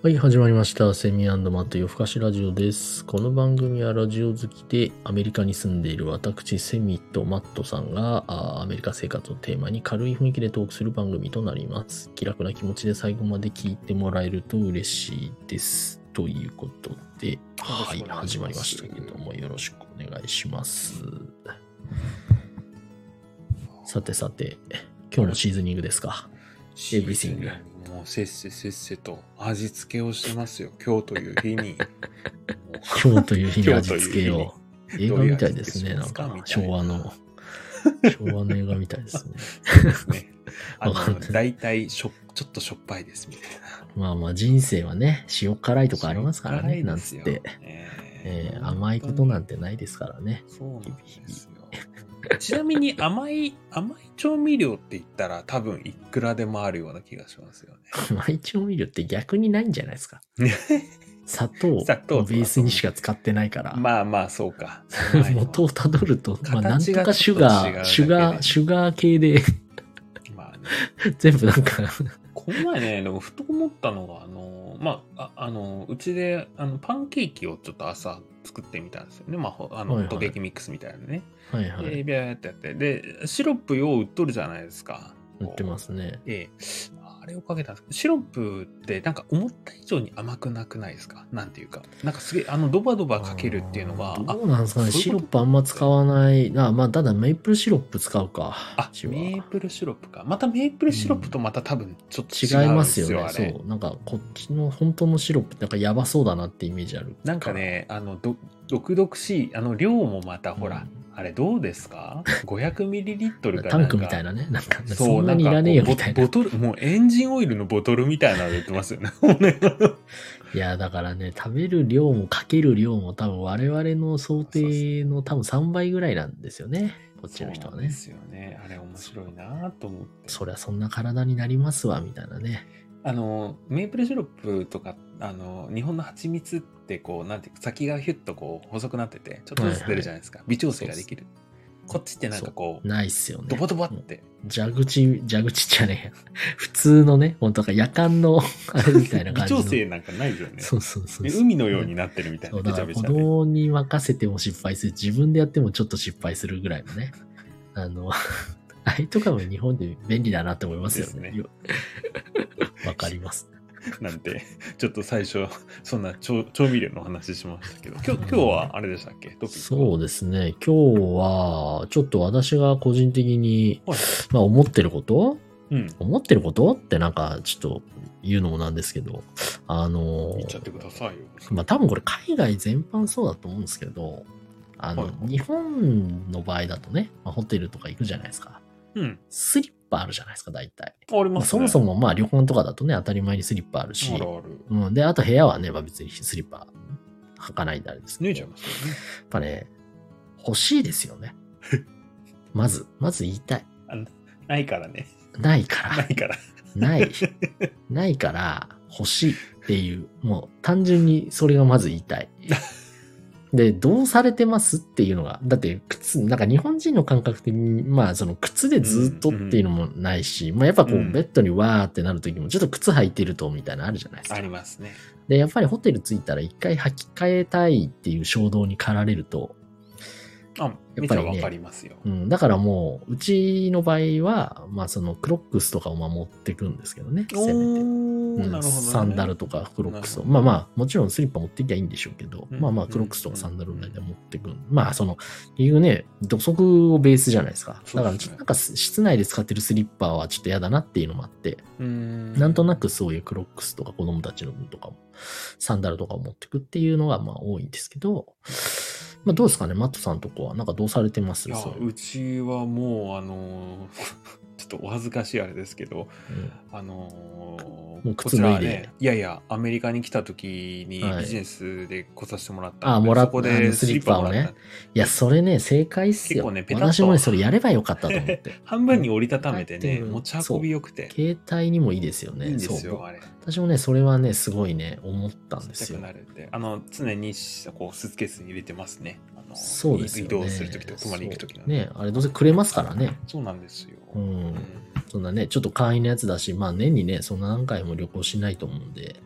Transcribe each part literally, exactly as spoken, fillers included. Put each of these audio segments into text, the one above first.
はい、始まりました。セミ&マット夜更かしラジオです。この番組はラジオ好きでアメリカに住んでいる私、セミとマットさんがアメリカ生活をテーマに軽い雰囲気でトークする番組となります。気楽な気持ちで最後まで聞いてもらえると嬉しいです。ということで、はい、始まりましたけども、よろしくお願いします。さてさて、今日のシーズニングですか。エブリシング。 もうせっせせっせと味付けをしてますよ。今日という日に。 今日という日に味付けを。映画みたいですね。なんか昭和の昭和の映画みたいですね。 そうですね。あの大体しょちょっとしょっぱいですみたいな。まあまあ人生はね、塩辛いとかありますからね。なんつって、えー、甘いことなんてないですからね。 そうなんですよ。ちなみに甘い、甘い調味料って言ったら多分いくらでもあるような気がしますよね。 甘い調味料って逆にないんじゃないですか。砂糖をベースにしか使ってないから。 まあまあそうか。 元をたどると、まあなんとかシュガー、シュガー、シュガー系でまあ、ね、全部なんかこの前ね、でもふと思ったのが、あの、まあ、あ、あの、うちで、あの、パンケーキをちょっと朝作ってみたんですよね。まあ、あの、ホットケーキミックスみたいなね。はいはい。で、ビャーってやって。で、シロップ用売っとるじゃないですか。 売ってますね。 ええ。あれをかけたんですけど、シロップってなんか思った以上に甘くなくないですか？なんていうか。なんかすげえ、あの、ドバドバかけるっていうのが。 どうなんですかね。シロップあんま使わない。あ、まあ、ただメープルシロップ使うか。 あ、メープルシロップか。またメープルシロップとまた多分ちょっと違うんですよ、 違いますよね。そう。なんかこっちの本当のシロップってなんかやばそうだなってイメージある。 なんかね、あの、ど、毒々しい、あの、量もまたほら、うんあれどうですか ?ごひゃくミリリットル かなんか。 タンクみたいなね。なんか、そんなにいらねえよみたいな。 ボトル、もうエンジンオイルのボトルみたいなの言ってますよね。 いや、だからね、食べる量もかける量も多分我々の想定の多分さんばいぐらいなんですよね。こっちの人はね。そうですよね。あれ面白いなと思って。 そりゃそんな体になりますわ、みたいなね。 あの、メープルシロップとか、あの、日本の蜂蜜ってこう、なんていうか、先がヒュッとこう、細くなってて、ちょっとずつ出るじゃないですか。はいはい、微調整ができる。こっちってなんかこう、 ないっすよね。 ドボドボって。 蛇口、蛇口じゃねえや。普通のね、ほんとか夜間の、あれみたいな感じの。 微調整なんかないよね。 そうそうそうそう。海のようになってるみたいな。 そうだから子供に任せても失敗する。自分でやってもちょっと失敗するぐらいのね。あの、あれとかも日本で便利だなって思いますよね。わかります。 なんて、ちょっと最初、そんな 調, 調味料の話しましたけど、今日、今日はあれでしたっけ？トピックそうですね。今日は、ちょっと私が個人的に、はい、まあ思ってること、うん、思ってることってなんかちょっと言うのもなんですけど、あの、 言っちゃってくださいよ。 まあ多分これ海外全般そうだと思うんですけど、あの、はいはい、日本の場合だとね、まあ、ホテルとか行くじゃないですか。 うん。 スリッパあるじゃないですか、大体。 ありますね。まあ、 そもそもまあ旅行とかだとね、当たり前にスリッパあるし。 あるある。 うん。で、あと部屋はね、まあ別にスリッパ履かないんであれですけど。 脱いちゃいますよね。 やっぱね、欲しいですよね。まず、まず言いたい。 あないからね。 ないから。 ないから。 ない。ないから欲しいっていう、もう単純にそれがまず言いたい。で、どうされてますっていうのが、だって靴、なんか日本人の感覚って、まあその靴でずっとっていうのもないし、うんうん、まあやっぱこう、うん、ベッドにわーってなるときもちょっと靴履いてるとみたいなのあるじゃないですか。 ありますね。 で、やっぱりホテル着いたら一回履き替えたいっていう衝動に駆られると、 あ、やっぱりね、わかりますよ。 うん。だからもう、うちの場合は、まあそのクロックスとかを守ってくんですけどね。せめて。うん、なるほどね、サンダルとかクロックスを。まあまあ、もちろんスリッパ持っていきゃいいんでしょうけど、うん、まあまあクロックスとかサンダルの間持ってくん。まあその、結局ね、土足をベースじゃないですか。だからちょっとなんか室内で使ってるスリッパはちょっと嫌だなっていうのもあって、うんなんとなくそういうクロックスとか子供たちの分とかも、サンダルとかを持ってくっていうのがまあ多いんですけど、まあどうですかね、マットさんとこはなんかどうされてます？ いや、うちはもうあのちょっとお恥ずかしいあれですけど、うん、あのもう靴脱いで、 ね、いやいやアメリカに来た時にビジネスで来させてもらった、 はい、あもらったそこでスリッパをね。いやそれね正解っすよ。ね、私もねそれやればよかったと思って。 半分に折りたためてね、持ち運びよくて。 携帯にもいいですよね。 いいんですよあれ。 私もねそれはねすごいね思ったんですよ。 なるんで、あの常にこうスーツケースに入れてますね。あのそうですよね。 移動する時と泊まりに行く時なんで。ねあれどうせくれますからね。 そうなんですよ。 うん。うん、そんなねちょっと簡易なやつだし、まあ年にねそんな何回も旅行しないと思うんで。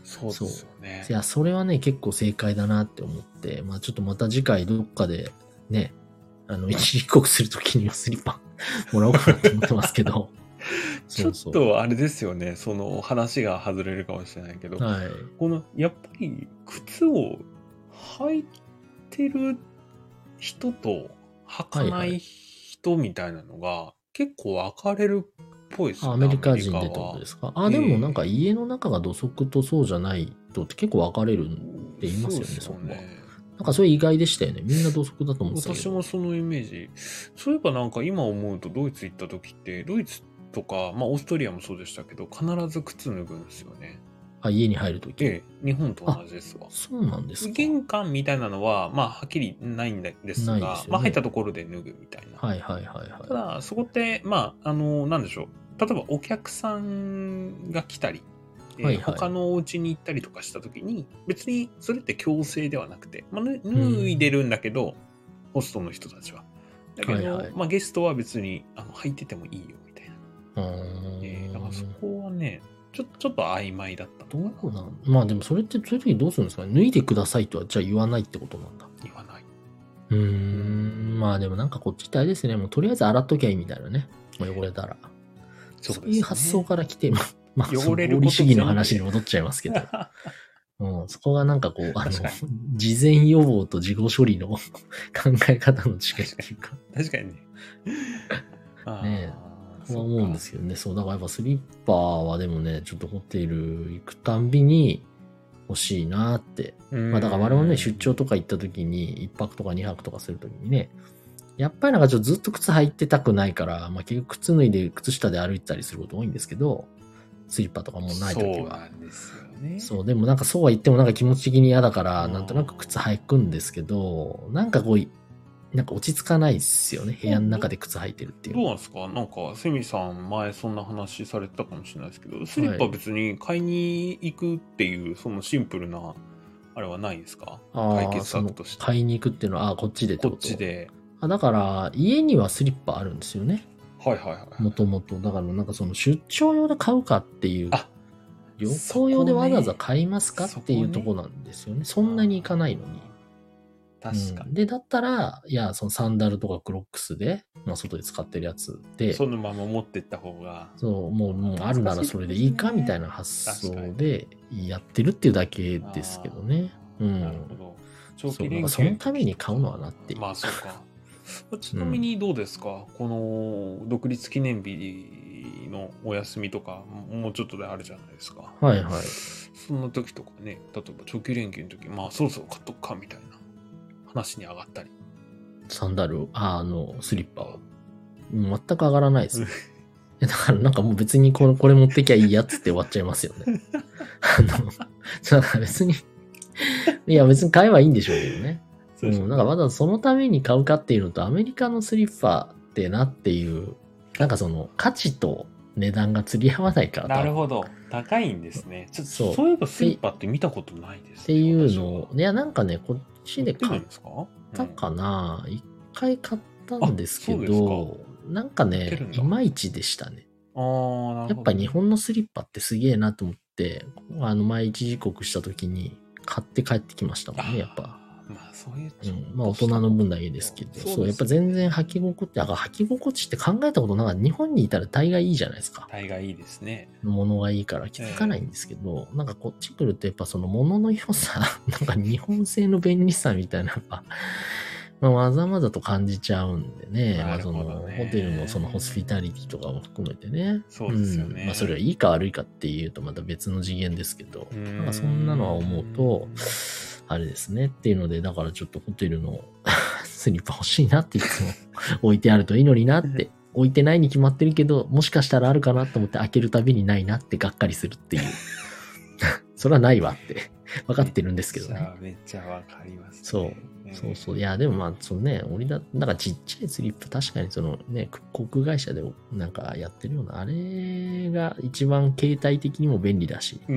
そうですよね。 いや、それはね、結構正解だなって思って、まあちょっとまた次回どっかでね、あの、一時帰国するときにはスリッパもらおうかなと思ってますけど。 ちょっとあれですよね、その話が外れるかもしれないけど、 はい、 このやっぱり靴を履いてる人と履かない人みたいなのが結構分かれるっぽいですよね。 アメリカ人でってことですか？あ、でもなんか家の中が土足とそうじゃないとって結構分かれるって言いますよね、そこは。なんかそれ意外でしたよね。みんな土足だと思ってたけど。 私もそのイメージ。そういえばなんか今思うとドイツ行った時って、ドイツとか、まあオーストリアもそうでしたけど、必ず靴脱ぐんですよね。 あ、家に入るとき。 ええ、日本と同じですわ。 そうなんですか。 玄関みたいなのは、まあ、はっきりないんですが、すね、まあ、入ったところで脱ぐみたいな。 はいはいはいはい。 ただ、そこって、まあ、あの、なんでしょう。例えば、お客さんが来たり、えーはいはい、他のお家に行ったりとかしたときに、別にそれって強制ではなくて、まあ、脱いでるんだけど、うん、ホストの人たちは。だけど、はいはい、まあ、ゲストは別にあの履いててもいいよみたいな。えー、だからそこはね、ちょちょっと曖昧だったのかな。どうなんまあでもそれってそういう時どうするんですかね。脱いでくださいとはじゃあ言わないってことなんだ。 言わない。 うーん。まあでもなんかこっちってあれですね。もうとりあえず洗っときゃいいみたいなね。もう汚れたら。そうですね。そういう発想から来て、まあ、まあ、汚れる合理主義の話に戻っちゃいますけど。うん、そこがなんかこう、あの、事前予防と事後処理の考え方の違いっていうか。 確かにね。 ねえ。は思うんですけどね。そう、だからやっぱスリッパはでもね、ちょっとホテル行くたんびに欲しいなって。まあだから我々ね、出張とか行った時に、いっぱくとかにはくとかする時にね、やっぱりなんかちょっとずっと靴履いてたくないから、まあ結局靴脱いで靴下で歩いてたりすること多いんですけど、スリッパとかもうない時は。 そうなんですよね。 そう、でもなんかそうは言ってもなんか気持ち的に嫌だから、なんとなく靴履くんですけど、なんかこう、なんか落ち着かないですよね。部屋の中で靴履いてるっていう。 どうなんですか？なんか、セミさん前そんな話されてたかもしれないですけど、スリッパ別に買いに行くっていう、そのシンプルな、あれはないですか？解決策として。 買いに行くっていうのは、あ、こっちでってこと？ こっちで。 あ、だから、家にはスリッパあるんですよね。 はいはいはい。 もともと。だからなんかその出張用で買うかっていう。あ、旅行用でわざわざ買いますかっていうとこなんですよね。そんなに行かないのに。 確かに、 うん。で、だったら、いや、そのサンダルとかクロックスで、まあ、外で使ってるやつで、 そのまま持ってった方が。 そう、もう、もうあるならそれでいいかみたいな発想でやってるっていうだけですけどね。うん。なるほど。長期連休。そのために買うのはなっていう。 まあ、そうか。ちなみにどうですか、うん、この独立記念日のお休みとかもうちょっとであるじゃないですか。 はいはい。 その時とかね、例えば長期連休の時、まあそろそろ買っとくかみたいな話に上がったり。 サンダル、あ、あの、スリッパを。全く上がらないです。だからなんかもう別にこれ、これ持ってきゃいいやつって終わっちゃいますよね。あの、だから別にいや別に買えばいいんでしょうけどね。うん、なんかわざわざそのために買うかっていうのと、アメリカのスリッパってなっていう、なんかその価値と値段が釣り合わないから。 なるほど。高いんですね。ちょそうそういえばスリッパって見たことないですね。 っていうのを、いやなんかね、こっちで買ったかな、一、うん、回買ったんですけど、なんかね、いまいちでしたね。 ああ、なるほど。 やっぱ日本のスリッパってすげえなと思って、あの前一時刻した時に買って帰ってきましたもんね、やっぱ。 まあそういう、 うん、まあ大人の分だけですけど、そう、そうやっぱ全然履き心地、履き心地って考えたことなかった。日本にいたら大概いいじゃないですか。 大概いいですね。 物がいいから気づかないんですけど、えー、なんかこっち来るとやっぱその物の良さ、なんか日本製の便利さみたいな、まあ、わざわざと感じちゃうんでね、まあそのホテルのそのホスピタリティとかも含めてね。 そうですよね。 うん、まあそれはいいか悪いかっていうとまた別の次元ですけど、なんかそんなのは思うと、あれですねっていうので、だからちょっとホテルのスリッパ欲しいなっていつも置いてあるといいのになって、置いてないに決まってるけど、もしかしたらあるかなと思って開けるたびにないなってがっかりするっていう。それはないわって分かってるんですけどね。 めっちゃわかります、ね。 そう。そうそう。いや、でもまあ、そのね、折りだ、だからちっちゃいスリップ、確かにそのね、航空会社でなんかやってるような、あれが一番携帯的にも便利だし。 うん。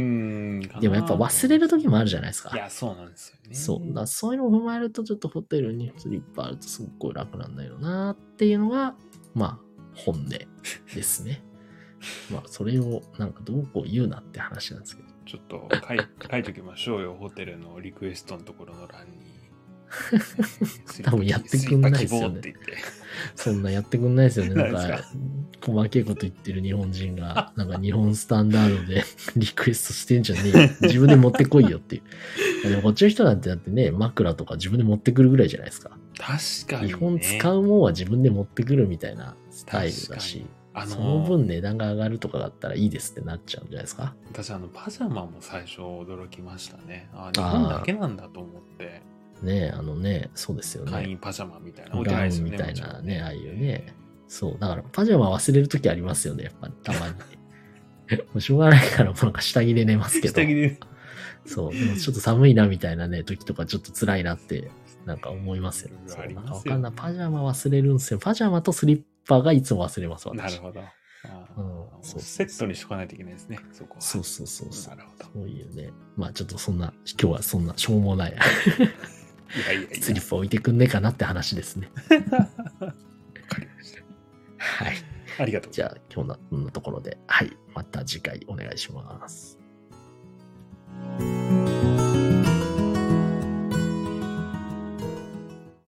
でもやっぱ忘れる時もあるじゃないですか。 いや、そうなんですよね。 そう。だそういうのを踏まえると、ちょっとホテルにスリップあるとすっごい楽なんだよなっていうのが、まあ、本音ですね。まあ、それをなんかどうこう言うなって話なんですけど。 ちょっと書い書いときましょうよ、ホテルのリクエストのところの欄に。 多分やってくんないですよね。そんなやってくんないですよね。なんか、細けいこと言ってる日本人が、なんか日本スタンダードでリクエストしてんじゃねえよ。自分で持ってこいよっていう。でもこっちの人なんてだってね、枕とか自分で持ってくるぐらいじゃないですか。 確かに、ね。 日本使うもんは自分で持ってくるみたいなスタイルだし、あのー、その分値段が上がるとかだったらいいですってなっちゃうんじゃないですか。 私、あの、パジャマも最初驚きましたね。あ、日本だけなんだと思って。 ねえ、あのね、そうですよね。 会員パジャマみたいな。 ガウンみたいなね、ああいうね。そう、だからパジャマ忘れるときありますよね、やっぱり、たまに。もうしょうがないから、もうなんか下着で寝ますけど。 下着で。 そう、でもちょっと寒いなみたいなね、時とかちょっと辛いなって、なんか思いますよね。そう、なんかわかんない。パジャマ忘れるんですよ。パジャマとスリッパがいつも忘れます、私。 なるほど。あうん、そうセットにしとかないといけないですね、そこは。 そうそうそうそう。 なるほど。 そういうね。まあちょっとそんな、今日はそんなしょうもない。いやいやいや。 スリッパ置いてくんねえかなって話ですね。 わかりました。 はい。 ありがとう。 じゃあ今日のこんなところで、はい。また次回お願いします。